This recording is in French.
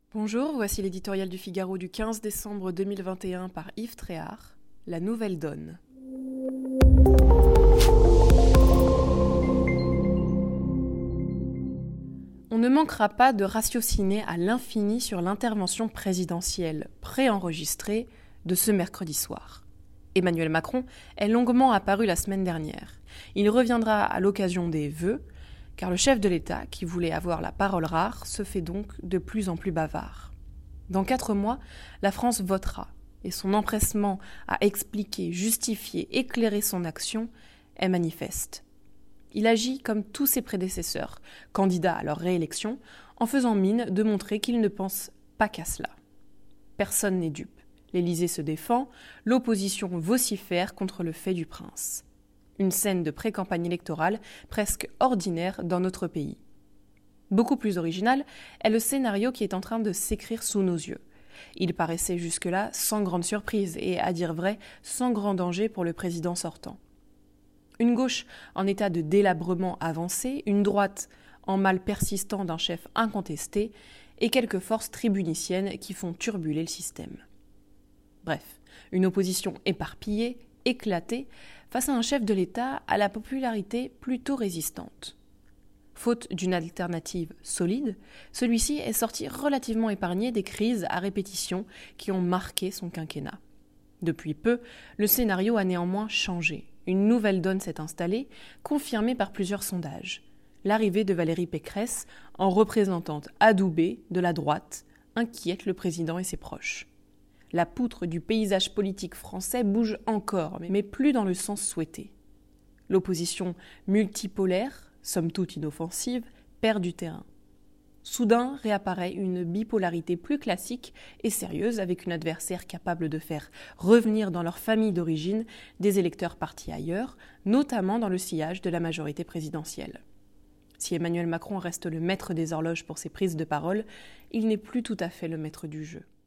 Bonjour, voici l'éditorial du Figaro du 15 décembre 2021 par Yves Tréhard, La Nouvelle Donne. On ne manquera pas de ratiociner à l'infini sur l'intervention présidentielle préenregistrée de ce mercredi soir. Emmanuel Macron est longuement apparu la semaine dernière. Il reviendra à l'occasion des vœux, car le chef de l'État, qui voulait avoir la parole rare, se fait donc de plus en plus bavard. Dans 4 mois, la France votera, et son empressement à expliquer, justifier, éclairer son action est manifeste. Il agit comme tous ses prédécesseurs, candidats à leur réélection, en faisant mine de montrer qu'il ne pense pas qu'à cela. Personne n'est dupe. L'Élysée se défend, l'opposition vocifère contre le fait du prince. Une scène de pré-campagne électorale presque ordinaire dans notre pays. Beaucoup plus original est le scénario qui est en train de s'écrire sous nos yeux. Il paraissait jusque-là sans grande surprise et, à dire vrai, sans grand danger pour le président sortant. Une gauche en état de délabrement avancé, une droite en mal persistant d'un chef incontesté et quelques forces tribuniciennes qui font turbuler le système. Bref, une opposition éparpillée, éclatée, face à un chef de l'État à la popularité plutôt résistante. Faute d'une alternative solide, celui-ci est sorti relativement épargné des crises à répétition qui ont marqué son quinquennat. Depuis peu, le scénario a néanmoins changé. Une nouvelle donne s'est installée, confirmée par plusieurs sondages. L'arrivée de Valérie Pécresse, en représentante adoubée de la droite, inquiète le président et ses proches. La poutre du paysage politique français bouge encore, mais plus dans le sens souhaité. L'opposition multipolaire, somme toute inoffensive, perd du terrain. Soudain réapparaît une bipolarité plus classique et sérieuse avec une adversaire capable de faire revenir dans leur famille d'origine des électeurs partis ailleurs, notamment dans le sillage de la majorité présidentielle. Si Emmanuel Macron reste le maître des horloges pour ses prises de parole, il n'est plus tout à fait le maître du jeu.